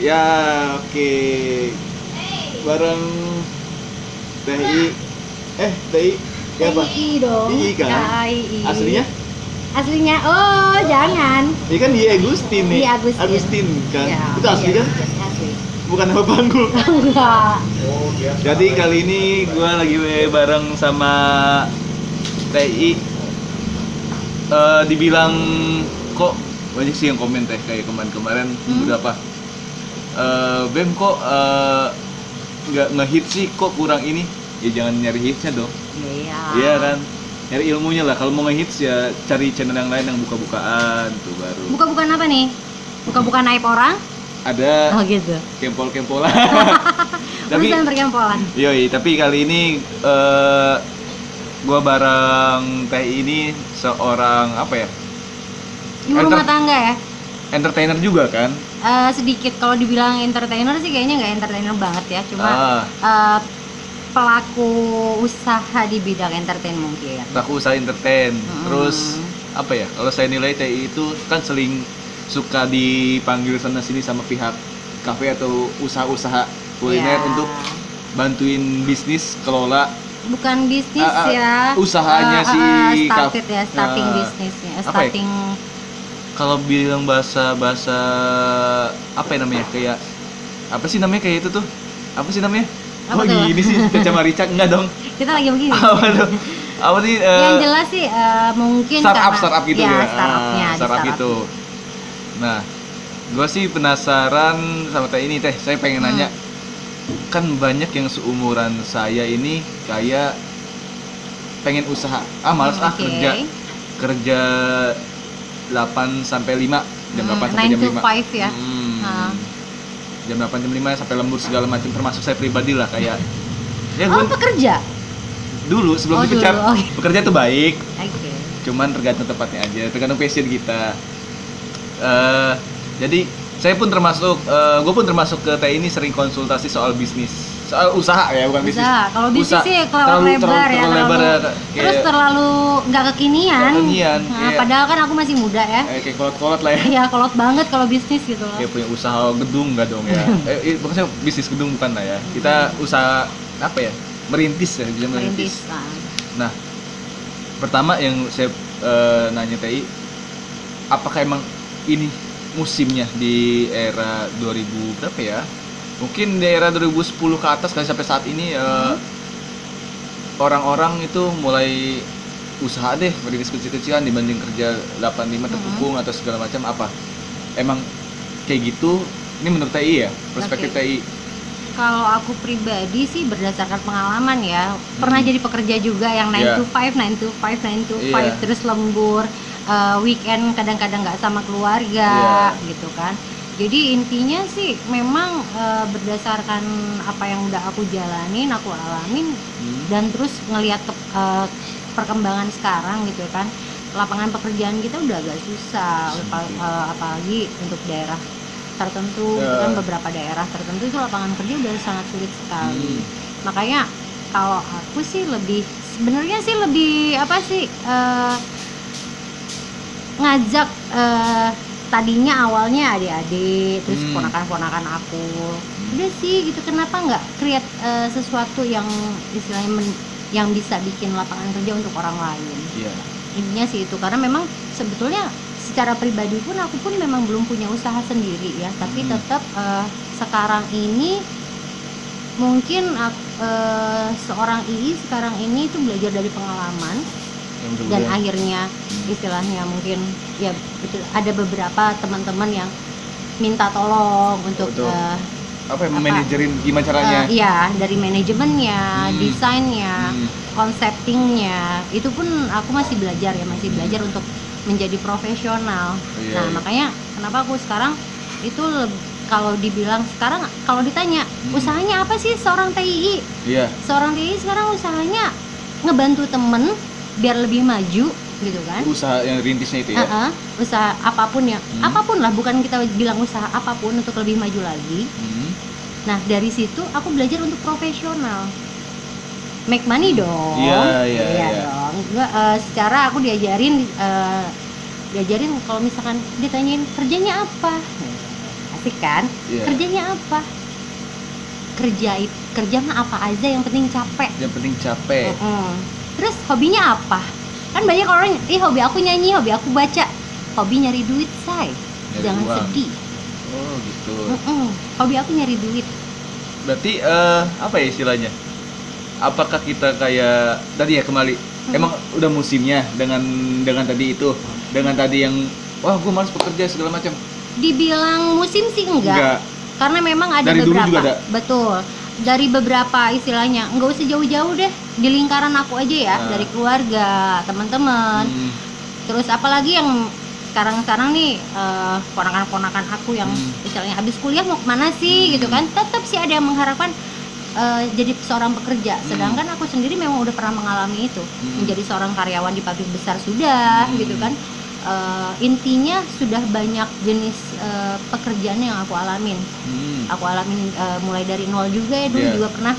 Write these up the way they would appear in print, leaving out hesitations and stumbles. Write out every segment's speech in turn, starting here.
Ya, oke. Bareng TI. TI. Ya apa? TI dong. II kan? KAII. Aslinya? Aslinya, oh jangan. Ini kan Di Agustin nih. Di Agustin. Kan? Ya, Itu asli iya, kan? Asli. Bukan nama panggung. Enggak. Jadi kali ini gue lagi bareng sama TI. Dibilang kok banyak sih yang komen teh kayak kemarin beberapa. Bem kok nggak ngehit sih, kok kurang ini? Ya jangan nyari hitsnya dong. Iya. Iya kan, nyari ilmunya lah. Kalau mau ngehits ya cari channel yang lain yang buka-bukaan tuh baru. Buka-bukaan apa nih? Buka-bukaan aib orang? Ada Oh gitu. kempol-kempolan. Urusan perkempolan. Yoi, tapi kali ini gua bareng Teh ini seorang apa ya? Ibu rumah tangga ya? Entertainer juga kan? Sedikit kalau dibilang entertainer sih kayaknya nggak entertainer banget ya, cuma pelaku usaha di bidang entertain mungkin. Pelaku usaha entertain. Terus apa ya? Kalau saya nilai TI itu kan seling suka dipanggil sana sini sama pihak kafe atau usaha-usaha kuliner untuk bantuin bisnis kelola. Bukan bisnis ya. Usahanya starting bisnisnya. Starting. Kalau bilang bahasa apa ya namanya, kayak apa sih namanya kayak itu tuh? Apa sih namanya? Apa oh tuh? Gini sih Caca Marica enggak dong. Kita lagi begini. Apa tuh? Apa sih? Yang jelas sih mungkin startup gitu ya. Startup gitu. Nah, gue sih penasaran sama Teh ini, Teh. Saya pengen nanya, kan banyak yang seumuran saya ini kayak pengen usaha. Malas kerja 8 sampai 5, jam 8 sampai jam 5. 9 to 5 ya. Jam 8 jam 5 sampai lembur segala macam, termasuk saya pribadi lah kayak. Ya gue pekerja. Dulu sebelum dipecat. Bekerja tuh baik. Cuman tergantung tempatnya aja, tergantung passion kita. Jadi saya pun termasuk, gue pun termasuk ke Teh ini sering konsultasi soal bisnis, soal usaha ya, bukan bisnis. Kalau bisnis sih terlalu lebar ya, terus terlalu nggak kekinian. Padahal kan aku masih muda ya. Kayak kolot-kolot lah ya. Iya, kolot banget kalau bisnis gitu loh. Kayak punya usaha gedung nggak dong ya? Maksudnya bisnis gedung bukan lah ya. Kita usaha apa ya? Merintis ya, bisa merintis. Nah, pertama yang saya nanya TI, apakah emang ini musimnya di era 2000 berapa ya? Mungkin di era 2010 ke atas kali sampai saat ini orang-orang itu mulai usaha deh, merintis kecil-kecilan dibanding kerja 85 terkungkung atau segala macam. Apa emang kayak gitu? Ini menurut TI ya, perspektif TI. Kalau aku pribadi sih berdasarkan pengalaman ya, pernah jadi pekerja juga yang 9 to 5, terus lembur, weekend kadang-kadang nggak sama keluarga gitu kan. Jadi intinya sih memang berdasarkan apa yang udah aku jalanin, aku alamin, dan terus ngelihat perkembangan sekarang gitu kan, lapangan pekerjaan kita udah agak susah, apalagi untuk daerah tertentu, kan beberapa daerah tertentu itu lapangan kerja udah sangat sulit sekali. Makanya kalau aku sih sebenarnya sih lebih apa sih, ngajak tadinya awalnya adik-adik, terus ponakan-ponakan aku, udah sih gitu, kenapa nggak create sesuatu yang istilahnya yang bisa bikin lapangan kerja untuk orang lain. Intinya sih itu, karena memang sebetulnya secara pribadi pun aku pun memang belum punya usaha sendiri ya, tapi tetap sekarang ini mungkin seorang II sekarang ini itu belajar dari pengalaman dan akhirnya istilahnya mungkin ya betul, ada beberapa teman-teman yang minta tolong untuk manajerin gimana caranya. Iya, dari manajemennya, desainnya, konseptingnya, itu pun aku masih belajar untuk menjadi profesional. Nah, makanya kenapa aku sekarang itu kalau dibilang sekarang, kalau ditanya usahanya apa sih seorang TI? Seorang TI sekarang usahanya ngebantu temen biar lebih maju gitu kan. Usaha yang rintisnya itu ya. Usaha apapun ya, apapun lah, bukan kita bilang usaha apapun, untuk lebih maju lagi. Nah, dari situ aku belajar untuk profesional. Make money dong. Iya dong. Secara aku diajarin kalau misalkan ditanyain kerjanya apa, asik kan? Iya. Kerjanya apa? Kerja mah apa aja yang penting capek. Yang penting capek. Terus hobinya apa? Kan banyak orang, hobi aku nyanyi, hobi aku baca. Hobi nyari duit, say. Nyari Jangan uang. sedih. Oh gitu. Hobi aku nyari duit. Berarti apa ya istilahnya? Apakah kita kayak tadi ya kembali? Emang udah musimnya dengan tadi itu, dengan tadi yang wah gue malas bekerja segala macam. Dibilang musim sih enggak. Karena memang ada Dari dulu beberapa. juga ada? Betul. Dari beberapa istilahnya, nggak usah jauh-jauh deh, di lingkaran aku aja ya, dari keluarga, teman-teman. Terus apalagi yang sekarang nih ponakan-ponakan aku yang istilahnya habis kuliah mau kemana sih gitu kan, tetap sih ada yang mengharapkan jadi seorang pekerja. Sedangkan aku sendiri memang udah pernah mengalami itu, menjadi seorang karyawan di pabrik besar sudah gitu kan. Intinya sudah banyak jenis pekerjaan yang aku alamin. Aku alamin mulai dari nol juga ya, dulu juga pernah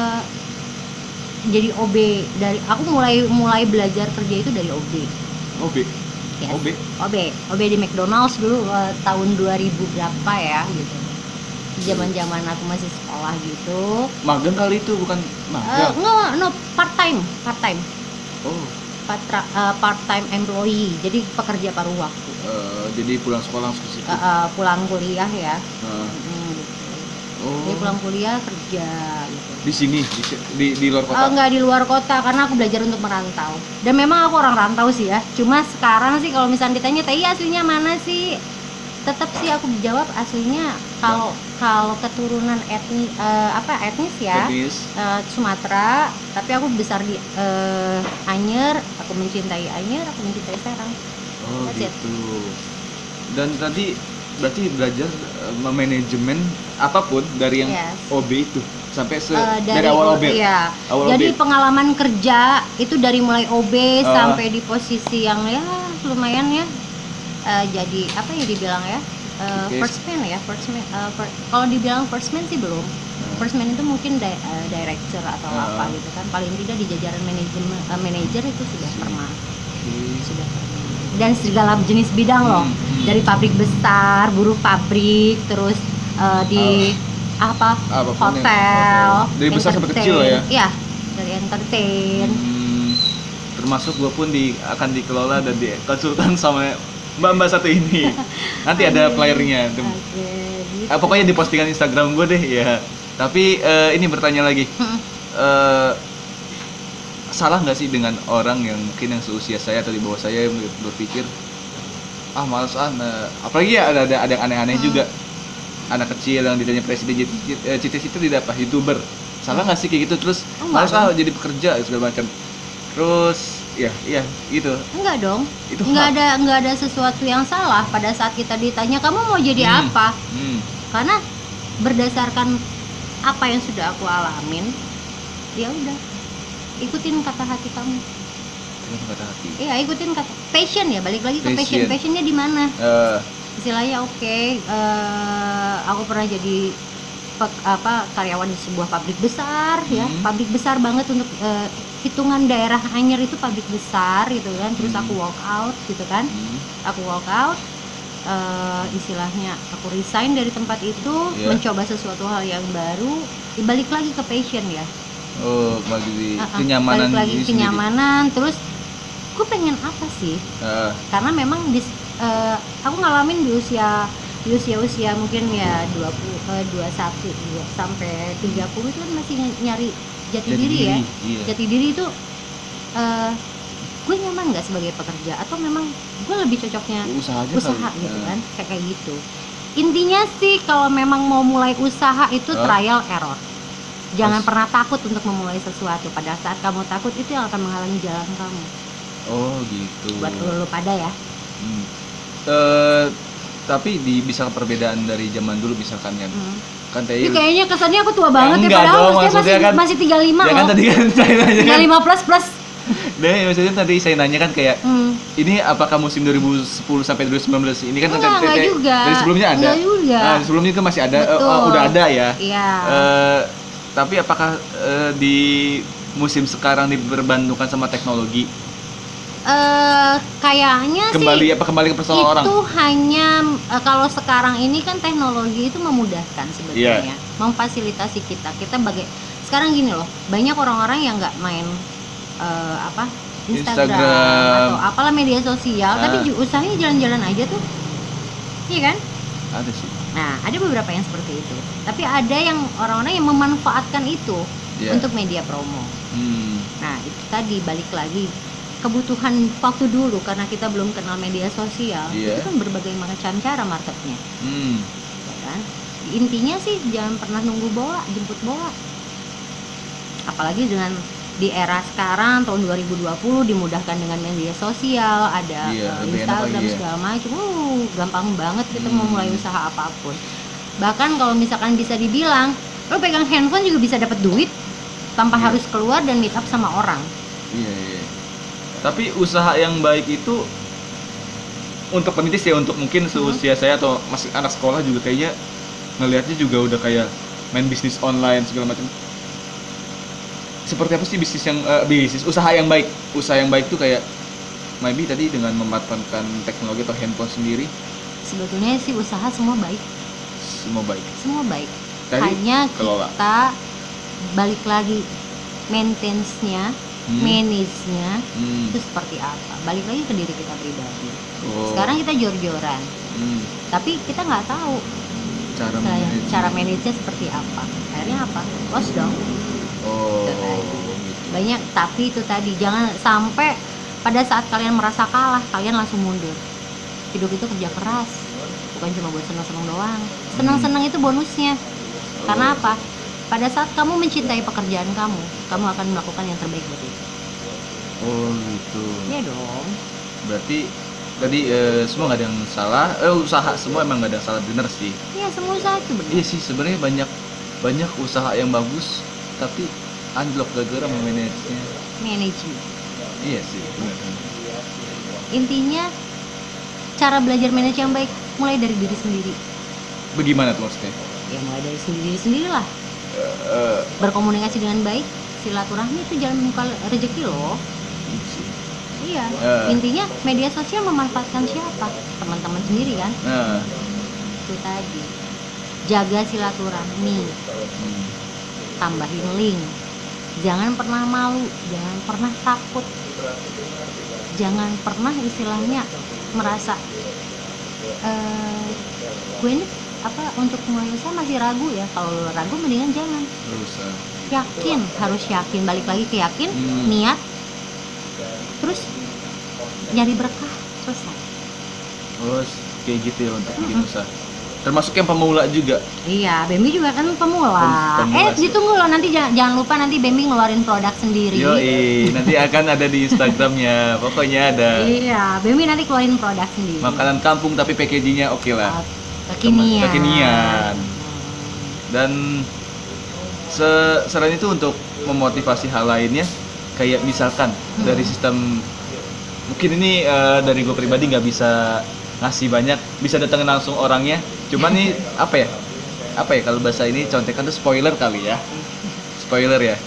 jadi OB. Dari aku mulai belajar kerja itu dari OB. OB. Yes. OB di McDonald's dulu tahun 2000 berapa ya gitu. Zaman-zaman aku masih sekolah gitu. Magang kali itu bukan magang. No, part time. Oh. Part time employee, jadi pekerja paruh waktu. Jadi pulang sekolah langsung ke situ. Pulang kuliah ya. Oh. Jadi pulang kuliah kerja gitu. Di sini di luar kota. Enggak di luar kota, karena aku belajar untuk merantau. Dan memang aku orang rantau sih ya. Cuma sekarang sih kalau misalnya ditanya, "Teh, aslinya mana sih?" Tetap sih aku jawab aslinya kalau keturunan etnis ya. Sumatera, tapi aku besar di Anyer, aku mencintai Anyer, aku mencintai Serang. Oh gitu. Dan tadi berarti belajar manajemen apapun dari yang OB itu sampai dari awal OB. Iya. Jadi pengalaman kerja itu dari mulai OB sampai di posisi yang ya lumayan ya. Jadi apa ya dibilang ya? First man. Kalau dibilang first man sih belum. First man itu mungkin director atau apa gitu kan. Paling tidak di jajaran manajer itu sudah pernah. Sudah pernah. Dan segala jenis bidang loh. Dari pabrik besar, buruh pabrik, terus di hotel, dari besar sampai kecil lah ya. Iya, dari entertain. Termasuk gue pun akan dikelola dan dikonsultan sama mbak satu ini. Nanti ada flyernya. Gitu. Pokoknya di postingan Instagram gue deh ya. Tapi ini bertanya lagi. Salah nggak sih dengan orang yang mungkin yang seusia saya atau di bawah saya yang berpikir malas apalagi ya ada yang aneh-aneh juga, anak kecil yang ditanya presiden cita-cita tidak apa YouTuber. Salah nggak sih kayak gitu, terus malas jadi pekerja segala macam, terus iya gitu. Enggak dong, itu nggak ada sesuatu yang salah pada saat kita ditanya kamu mau jadi apa. Karena berdasarkan apa yang sudah aku alamin, ya udah ikutin kata hati kamu. Kata hati. Iya, ikutin kata passion ya, balik lagi ke passion. Passionnya di mana? Istilahnya aku pernah jadi karyawan di sebuah pabrik besar ya, pabrik besar banget untuk hitungan daerah Anyer itu pabrik besar gitu kan. Terus aku walk out gitu kan. Istilahnya aku resign dari tempat itu, mencoba sesuatu hal yang baru, balik lagi ke passion ya. Kenyamanan. Balik lagi kenyamanan. Terus gue pengen apa sih? Karena memang aku ngalamin di usia mungkin ya 21 sampai 30 itu kan masih nyari jati diri ya. Iya. Jati diri itu gue nyaman nggak sebagai pekerja, atau memang gue lebih cocoknya usaha gitu kan, kayak gitu. Intinya sih kalau memang mau mulai usaha itu trial error. Jangan pernah takut untuk memulai sesuatu. Pada saat kamu takut, itu yang akan menghalangi jalan kamu. Oh gitu. Buat lo pada ya. Tapi bisa perbedaan dari zaman dulu misalkan ya. Kan Ini kayaknya kesannya aku tua banget ya, padahal masih 35 ya loh. Kan tadi kan saya nanya 35 plus. Nah, maksudnya tadi saya nanya kan kayak ini apakah musim 2010 sampai 2019 ini kan enggak juga. Dari sebelumnya ada. Enggak juga. Sebelumnya itu masih ada, udah ada ya. Iya. Tapi apakah di musim sekarang diperbandingkan sama teknologi Kayaknya Kembali sih kembali ke personal orang? itu hanya kalau sekarang ini kan teknologi itu memudahkan sebetulnya, memfasilitasi kita sekarang gini loh, banyak orang-orang yang nggak main apa Instagram atau apalah media sosial, tapi usahanya jalan-jalan aja tuh, iya kan? Ada sih. Nah, ada beberapa yang seperti itu, tapi ada yang orang-orang yang memanfaatkan itu untuk media promo. Nah, itu tadi balik lagi kebutuhan waktu dulu karena kita belum kenal media sosial, itu kan berbagai macam cara marketnya, ya kan? Intinya sih jangan pernah nunggu bola, jemput bola. Apalagi dengan di era sekarang tahun 2020 dimudahkan dengan media sosial, ada Instagram segala macam, gampang banget kita mau mulai usaha apapun. Bahkan kalau misalkan bisa dibilang, lo pegang handphone juga bisa dapat duit tanpa harus keluar dan meet up sama orang. Iya. Tapi usaha yang baik itu untuk perintis ya, untuk mungkin seusia saya atau masih anak sekolah juga kayaknya ngelihatnya juga udah kayak main bisnis online segala macam. Seperti apa sih bisnis usaha yang baik? Usaha yang baik tuh kayak maybe tadi dengan memanfaatkan teknologi atau handphone sendiri. Sebetulnya sih usaha semua baik. Semua baik. Tadi hanya kelola. Kita balik lagi maintenance-nya, manage-nya itu seperti apa? Balik lagi ke diri kita pribadi. Sekarang kita jor-joran, tapi kita nggak tahu cara manage-nya seperti apa. Akhirnya apa? Loss dong. Banyak, tapi itu tadi jangan sampai pada saat kalian merasa kalah kalian langsung mundur. Hidup itu kerja keras, bukan cuma buat senang-senang doang. Senang-senang itu bonusnya. Karena apa? Pada saat kamu mencintai pekerjaan kamu akan melakukan yang terbaik buat itu. Oh gitu. Iya dong. Berarti tadi semua nggak ada yang salah. Usaha semua emang nggak ada yang salah, bener sih. Iya, semua usaha itu benar. Iya sih, sebenarnya banyak usaha yang bagus tapi unblock gara-gara memanagenya. Management. Iya sih, benar. Intinya cara belajar manage yang baik mulai dari diri sendiri. Bagaimana tuh maksudnya? Ya mulai dari sendirilah. Berkomunikasi dengan baik, silaturahmi itu jalan membuka rezeki loh. Iya. Intinya media sosial memanfaatkan siapa? Teman-teman sendiri kan? Itu tadi. Jaga silaturahmi. Tambahin link. Jangan pernah malu, jangan pernah takut. Jangan pernah istilahnya merasa gue ini untuk mulai usaha masih ragu ya. Kalau ragu mendingan jangan. Yakin, harus yakin. Balik lagi ke yakin, niat, terus nyari berkah, selesai. Kayak gitu ya untuk bikin usaha. Termasuk yang pemula juga. Iya, Bembi juga kan pemula. Ditunggu loh, nanti jangan lupa nanti Bembi ngeluarin produk sendiri. Nanti akan ada di Instagramnya. Pokoknya ada. Iya, Bembi nanti keluarin produk sendiri. Makanan kampung tapi packagingnya oke lah. Kekinian. Dan selain itu untuk memotivasi hal lainnya, kayak misalkan dari sistem, mungkin ini dari gue pribadi nggak bisa ngasih banyak, bisa datengin langsung orangnya. Cuman nih apa ya kalau bahasa ini contekan tuh spoiler kali ya. Spoiler ya.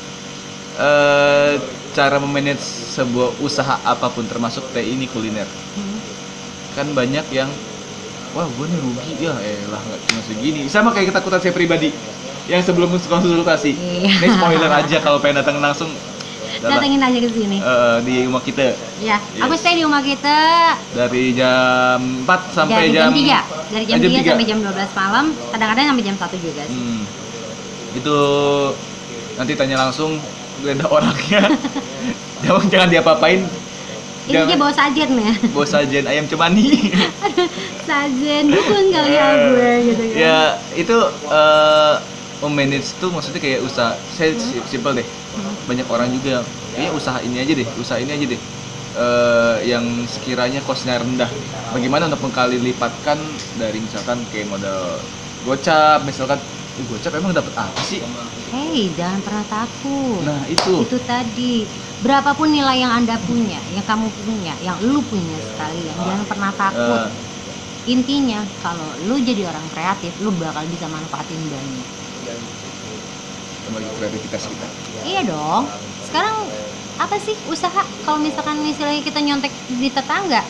Cara memanage sebuah usaha apapun termasuk ini kuliner. Kan banyak yang wah gue nih rugi ya, nggak cuma segini. Sama kayak ketakutan saya pribadi yang sebelum konsultasi. Ini spoiler aja, kalau pengen datang langsung datengin aja ke sini. Di rumah kita. Ya, aku stay di rumah kita dari jam 4 sampai jam 3. Dari jam 3 sampai jam 12 malam, kadang-kadang sampai jam 1 juga sih. Itu nanti tanya langsung geledah orangnya. Jangan diapa-apain. Intinya bawa sajen ya. Bawa sajen ayam cemani. Sajen dukun kali ya gue gitu kan. Ya, itu memanage tuh maksudnya kayak usaha. Saya simple deh. Banyak orang juga kayaknya usaha ini aja deh. Yang sekiranya costnya rendah. Bagaimana untuk mengkali lipatkan dari misalkan kayak modal gocap, misalkan gocap emang dapat apa sih? Jangan pernah takut. Nah itu tadi. Berapapun nilai yang Anda punya, yang kamu punya, yang lu punya sekalian, jangan pernah takut. Intinya kalau lu jadi orang kreatif, lu bakal bisa manfaatin banyak. Kembali kreativitas kita. Iya dong. Sekarang apa sih usaha kalau misalkan misalnya kita nyontek di tetangga?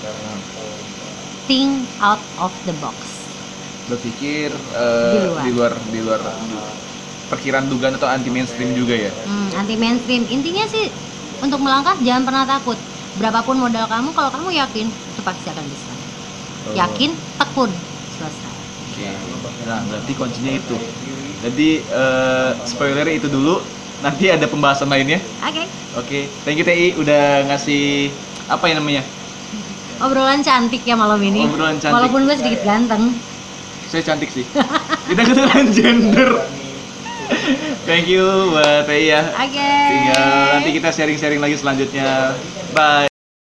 Think out of the box. Berpikir Di di luar perkiraan dugaan atau anti mainstream juga ya. Anti mainstream. Intinya sih untuk melangkah jangan pernah takut. Berapapun modal kamu, kalau kamu yakin, itu pasti akan bisa. Yakin, tekun, selesai. Oke. Nah, berarti kuncinya itu. Jadi spoilernya itu dulu. Nanti ada pembahasan lainnya. Oke. Thank you TI udah ngasih apa ya namanya? Obrolan cantik ya malam ini. Obrolan cantik. Walaupun gue sedikit ganteng. Saya cantik sih. Kita keturunan gender. Thank you buat TI ya. Oke. Tinggal nanti kita sharing-sharing lagi selanjutnya. Bye.